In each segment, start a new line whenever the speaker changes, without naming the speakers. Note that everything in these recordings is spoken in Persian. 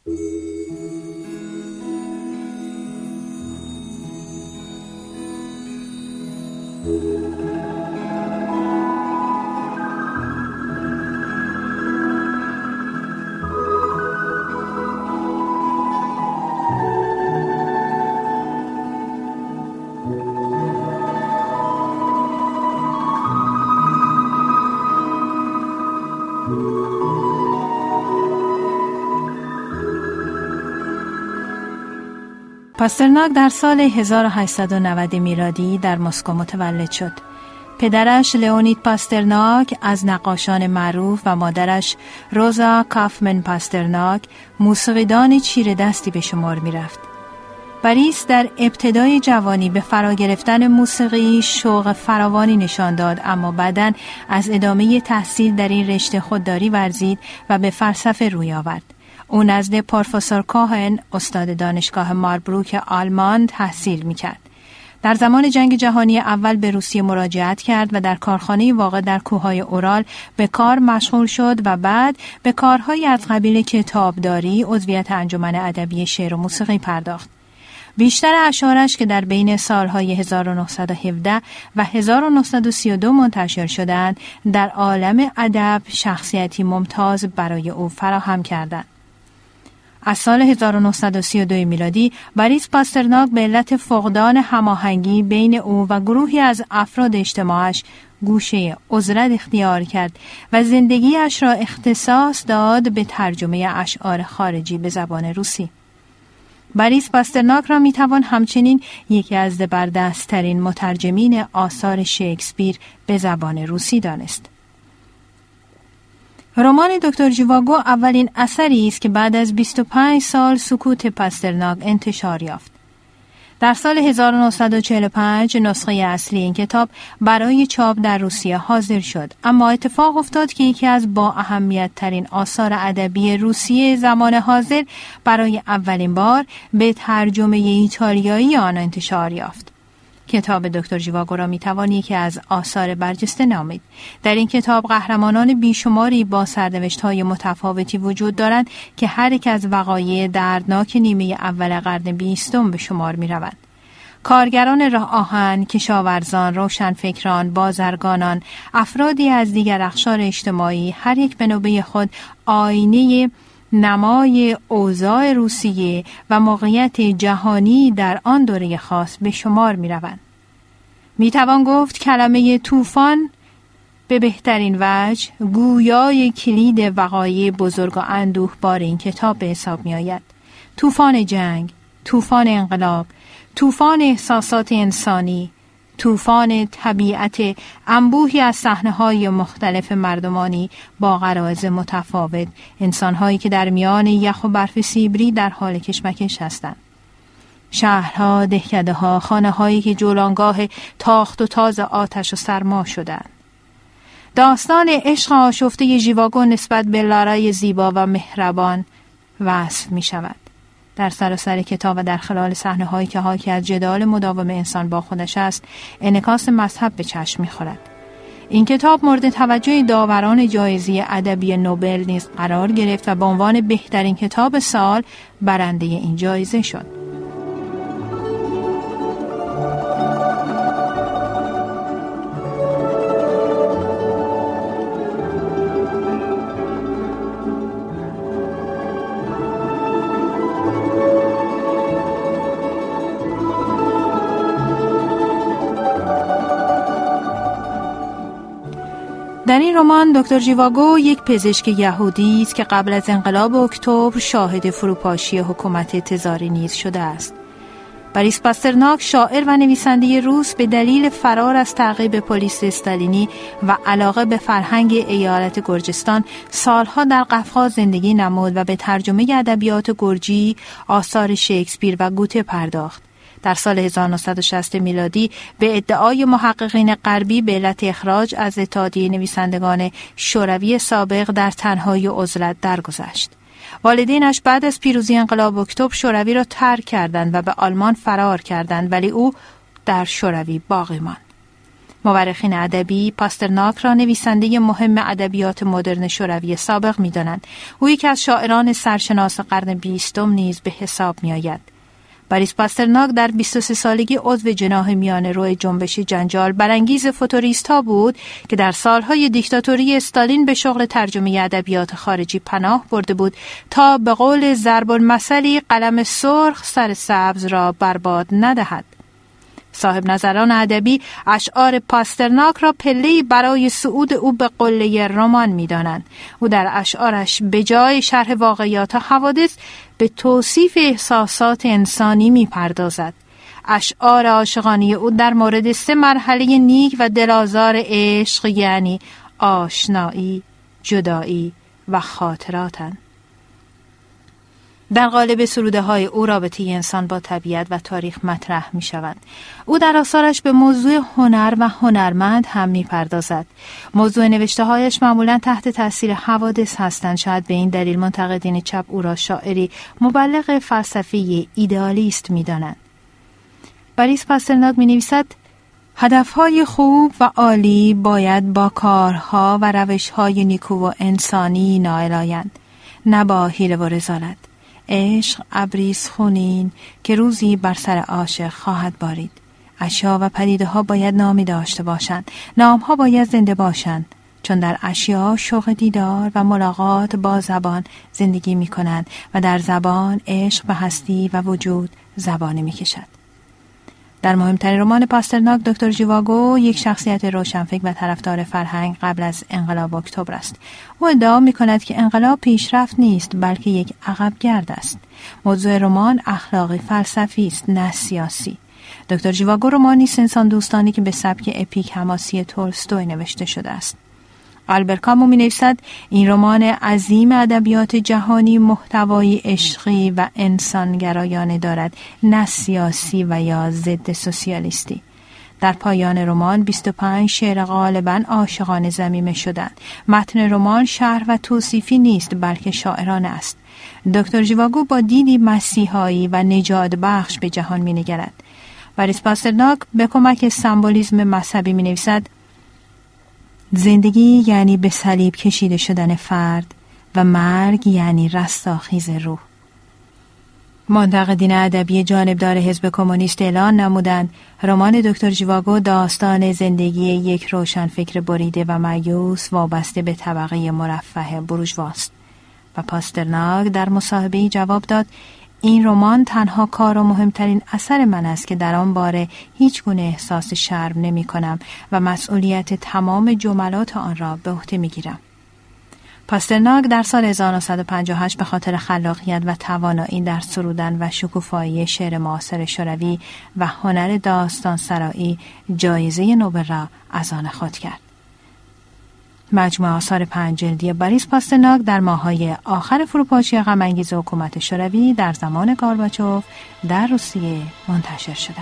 پاسترناک در سال 1890 میلادی در مسکو متولد شد. پدرش لئونید پاسترناک از نقاشان معروف و مادرش روزا کافمن پاسترناک موسیقیدان چیره دستی به شمار می رفت. بریس در ابتدای جوانی به فرا گرفتن موسیقی شوق فراوانی نشان داد، اما بعداً از ادامه تحصیل در این رشته خودداری ورزید و به فلسفه روی آورد. او نزد پروفسور کوهن استاد دانشگاه ماربروک آلمان تحصیل می‌کرد. در زمان جنگ جهانی اول به روسیه مراجعت کرد و در کارخانه واقع در کوههای اورال به کار مشغول شد و بعد به کارهای از قبیل کتابداری، عضویت انجمن ادبی شعر و موسیقی پرداخت. بیشتر اشعارش که در بین سالهای 1917 و 1932 منتشر شدند، در عالم ادب شخصیتی ممتاز برای او فراهم کردند. از سال 1932 میلادی بریس پاسترناک به علت فقدان هماهنگی بین او و گروهی از افراد اجتماعش گوشه عزلت اختیار کرد و زندگیش را اختصاص داد به ترجمه اشعار خارجی به زبان روسی. بریس پاسترناک را میتوان همچنین یکی از زبردست‌ترین مترجمین آثار شکسپیر به زبان روسی دانست. رمان دکتر ژیواگو اولین اثری است که بعد از 25 سال سکوت پاسترناک انتشار یافت. در سال 1945 نسخه اصلی این کتاب برای چاپ در روسیه حاضر شد، اما اتفاق افتاد که یکی از با اهمیت ترین آثار ادبی روسیه زمان حاضر برای اولین بار به ترجمه ایتالیایی آن انتشار یافت. کتاب دکتر ژیواگو را میتوان یکی از آثار برجسته نامید. در این کتاب قهرمانان بیشماری با سرنوشت‌های متفاوتی وجود دارند که هر یک از وقایع دردناک نیمه اول قرن 20 به شمار میروند. کارگران راه آهن، کشاورزان، روشنفکران، بازرگانان، افرادی از دیگر اقشار اجتماعی، هر یک به نوبه خود آینه نمای اوضاع روسیه و موقعیت جهانی در آن دوره خاص به شمار می روند. می توان گفت کلمه طوفان به بهترین وجه گویای کلید وقایع بزرگ و اندوهبار این کتاب به حساب می آید. طوفان جنگ، طوفان انقلاب، طوفان احساسات انسانی، طوفان طبیعت، انبوهی از صحنه‌های مختلف مردمانی با غرایز متفاوت، انسان‌هایی که در میان یخ و برف سیبری در حال کشمکش هستند. شهرها، دهکده‌ها، خانه‌هایی که جولانگاه تاخت و تاز آتش و سرما شدند. داستان عشق آشفته ژیواگو نسبت به لارای زیبا و مهربان وصف می‌شود. در سراسر کتاب و در خلال صحنه‌هایی که حاکی از جدال مداوم انسان با خودش است، انعکاس مذهب به چشم می‌خورد. این کتاب مورد توجه داوران جایزه ادبی نوبل نیز قرار گرفت و به عنوان بهترین کتاب سال برنده این جایزه شد. در این رمان دکتر ژیواگو یک پزشک یهودی است که قبل از انقلاب اکتبر شاهد فروپاشی حکومت تزاری نیز شده است. بریس پاسترناک شاعر و نویسنده روس به دلیل فرار از تعقیب پلیس استالینی و علاقه به فرهنگ ایالت گرجستان سالها در قفقاز زندگی نمود و به ترجمه ادبیات گرجی، آثار شکسپیر و گوته پرداخت. در سال 1960 میلادی به ادعای محققین غربی به علت اخراج از اتحادیه نویسندگان شوروی سابق در تنهایی و عزلت درگذشت. والدینش بعد از پیروزی انقلاب اکتبر شوروی را ترک کردند و به آلمان فرار کردند، ولی او در شوروی باقی ماند. مورخین ادبی پاسترناک را نویسنده مهم ادبیات مدرن شوروی سابق می‌دانند. او یکی از شاعران سرشناس قرن 20 نیز به حساب می‌آید. بوریس پاسترناک در 23 سالگی عضو جناح میانه‌رو جنبش جنجال برانگیز فوتوریست‌ها بود که در سالهای دیکتاتوری استالین به شغل ترجمه ادبیات خارجی پناه برده بود تا به قول ضرب المثلی قلم سرخ سر سبز را برباد ندهد. صاحب نظران ادبی اشعار پاسترناک را پله‌ای برای صعود او به قله رمان می‌دانند. او در اشعارش به جای شرح واقعیات و حوادث به توصیف احساسات انسانی می‌پردازد. اشعار عاشقانه او در مورد 3 مرحله نیک و دل‌آزار عشق یعنی آشنایی، جدایی و خاطراتند. در قالب سروده‌های او رابطه انسان با طبیعت و تاریخ مطرح می‌شوند. او در آثارش به موضوع هنر و هنرمند هم می‌پردازد. موضوع نوشته‌هایش معمولاً تحت تأثیر حوادث هستند. شاید به این دلیل منتقدین چپ او را شاعری مبلغ فلسفی ایدئالیست می‌دانند. بوریس پاسترناک می‌نویسد: هدف‌های خوب و عالی باید با کارها و روش‌های نیکو و انسانی نائل آیند، نه با حیله و رذالت. عشق ابریست خونین که روزی بر سر عاشق خواهد بارید. اشیا و پدیده ها باید نامی داشته باشند. نام ها باید زنده باشند، چون در اشیا شوق دیدار و ملاقات با زبان زندگی می کنند و در زبان عشق به هستی و وجود زبانه می کشد. در مهمترین رمان پاسترناک دکتر ژیواگو یک شخصیت روشنفکر و طرفدار فرهنگ قبل از انقلاب اکتبر است. او ادعا می‌کند که انقلاب پیشرفت نیست بلکه یک عقبگرد است. موضوع رمان اخلاقی فلسفی است نه سیاسی. دکتر ژیواگو رمانی انسان دوستانی که به سبک اپیک حماسی تولستوی نوشته شده است. آلبرت کامو می‌نویسد این رمان عظیم ادبیات جهانی محتوای عشقی و انسانگرایانه دارد، نه سیاسی و یا ضد سوسیالیستی. در پایان رمان 25 شعر غالباً عاشقانه ضمیمه شدند. متن رمان شرح و توصیفی نیست بلکه شاعرانه است. دکتر ژیواگو با دیدی مسیحایی و نجات بخش به جهان می‌نگرد. بوریس پاسترناک به کمک سمبولیسم مذهبی می‌نویسد: زندگی یعنی به صلیب کشیده شدن فرد و مرگ یعنی رستاخیز روح. منتقدین ادبی جانبدار حزب کمونیست اعلان نمودند رمان دکتر ژیواگو داستان زندگی یک روشنفکر بریده و مایوس وابسته به طبقه مرفه بورژواست. و پاسترناک در مصاحبه‌ای جواب داد: این رمان تنها کار و مهمترین اثر من است که در آن باره هیچ گونه احساس شرم نمی کنم و مسئولیت تمام جملات آن را به عهده می گیرم. پاسترناک در سال 1958 به خاطر خلاقیت و توانایی در سرودن و شکوفایی شعر معاصر شوروی و هنر داستان سرایی جایزه نوبل را از آن خود کرد. مجموعه آثار 5 جلدی بوریس پاسترناک در ماه‌های آخر فروپاشی غم‌انگیز حکومت شوروی در زمان گورباچوف در روسیه منتشر شدند.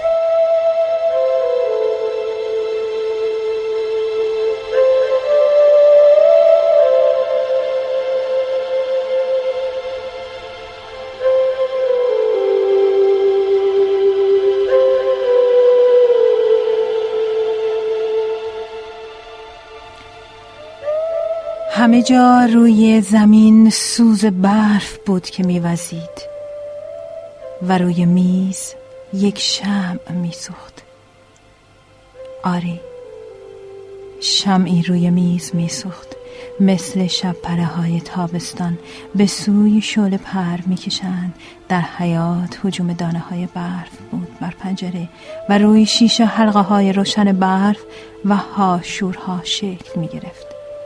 همه جا روی زمین سوز برف بود که می‌وزید و روی میز یک شمع می‌سوخت. آری، شمعی روی میز می‌سوخت، مثل شب پره‌های تابستان به سوی شعله پر می‌کشند. در حیاط هجوم دانه‌های برف بود بر پنجره و روی شیشه حلقه‌های روشن برف و هاشورها شکل می‌گرفت.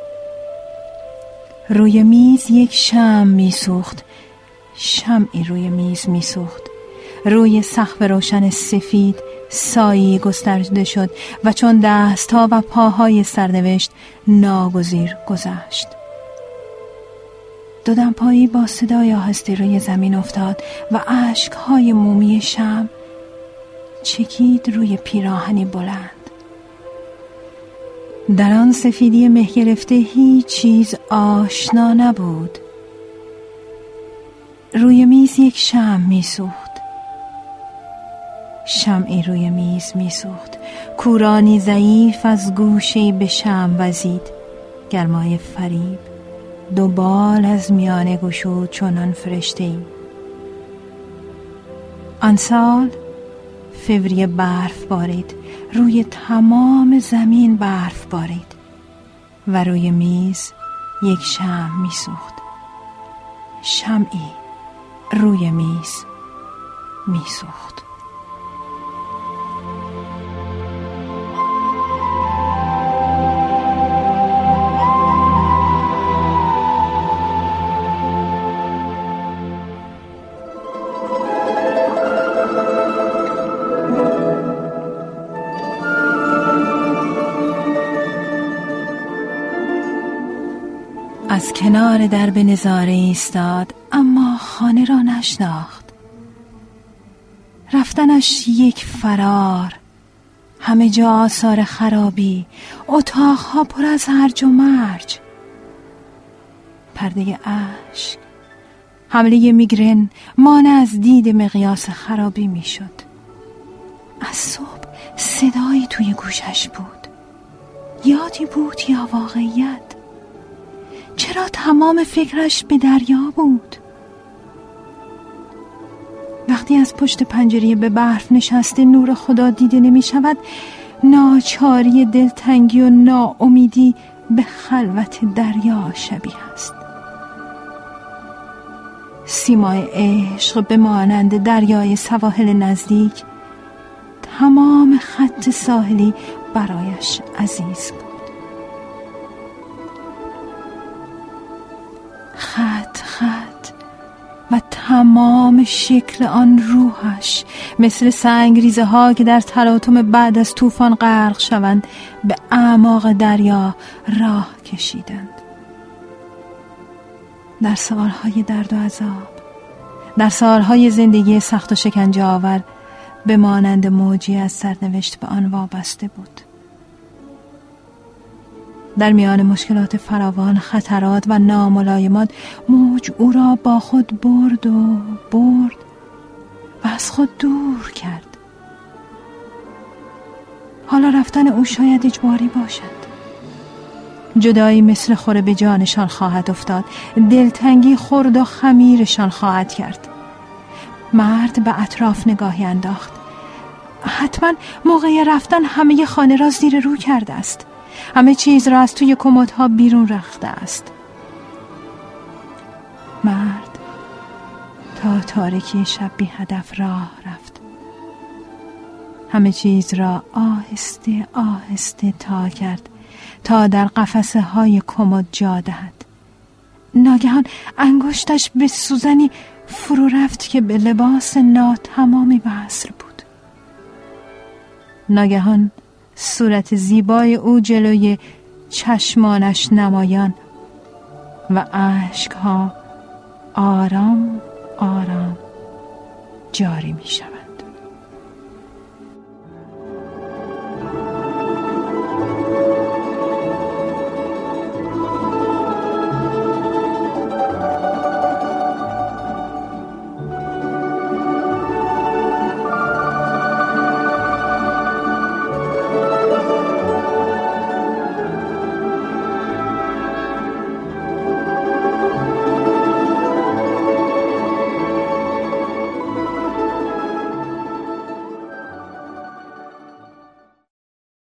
روی میز یک شمع می‌سوخت، شمعی روی میز می‌سوخت. روی سقف روشن سفید سایه‌ای گسترده شد و چون دست‌ها و پاهای سرنوشت ناگزیر گذشت. دو دمپایی با صدای آهسته روی زمین افتاد و اشک‌های مومی شمع چکید روی پیراهنی بلند. در آن سفیدی مه گرفته هیچ چیز آشنا نبود. روی میز یک شمع می‌سوخت، شمعی روی میز می‌سوخت. کورانی ضعیف از گوشه‌ای به شمع وزید. گرمای فریب دو بال از میانه گشود چنان فرشته‌ای. آن سال فوریه برف بارید، روی تمام زمین برف بارید و روی میز یک شمع میسوخت. شمعی روی میز میسوخت. از کنار درب نظاره ایستاد، اما خانه را نشناخت. رفتنش یک فرار، همه جا آثار خرابی، اتاقها پر از هرج و مرج، پرده اشک، حمله میگرن مانع از دید مقیاس خرابی میشد. از صبح صدایی توی گوشش بود، یادی بود یا واقعیت؟ چرا تمام فکرش به دریا بود؟ وقتی از پشت پنجره به برف نشسته نور خدا دیده نمی شود، ناچاری، دلتنگی و ناامیدی به خلوت دریا شبیه است. سیمای عشق به مانند دریای سواحل نزدیک، تمام خط ساحلی برایش عزیز بود. خط و تمام شکل آن روحش مثل سنگریزه ها که در تلاطم بعد از طوفان غرق شوند به اعماق دریا راه کشیدند. در سالهای درد و عذاب، در سالهای زندگی سخت و شکنجه آور، به مانند موجی از سرنوشت به آن وابسته بود. در میان مشکلات فراوان، خطرات و ناملایمات، موج او را با خود برد و از خود دور کرد. حالا رفتن او شاید اجباری باشد. جدایی مثل خوره به جانشان خواهد افتاد، دلتنگی خرد و خمیرشان خواهد کرد. مرد به اطراف نگاهی انداخت. حتما موقع رفتن همه خانه را زیر رو کرده است. همه چیز را از توی کمدها بیرون رفته است. مرد تا تاریکی شب بی هدف راه رفت. همه چیز را آهسته آهسته تا کرد تا در قفسه های کمد جا دهد. ناگهان انگشتش به سوزنی فرو رفت که به لباس ناتمامی وصل بود. ناگهان صورت زیبای او جلوی چشمانش نمایان و اشکها آرام آرام جاری می شود.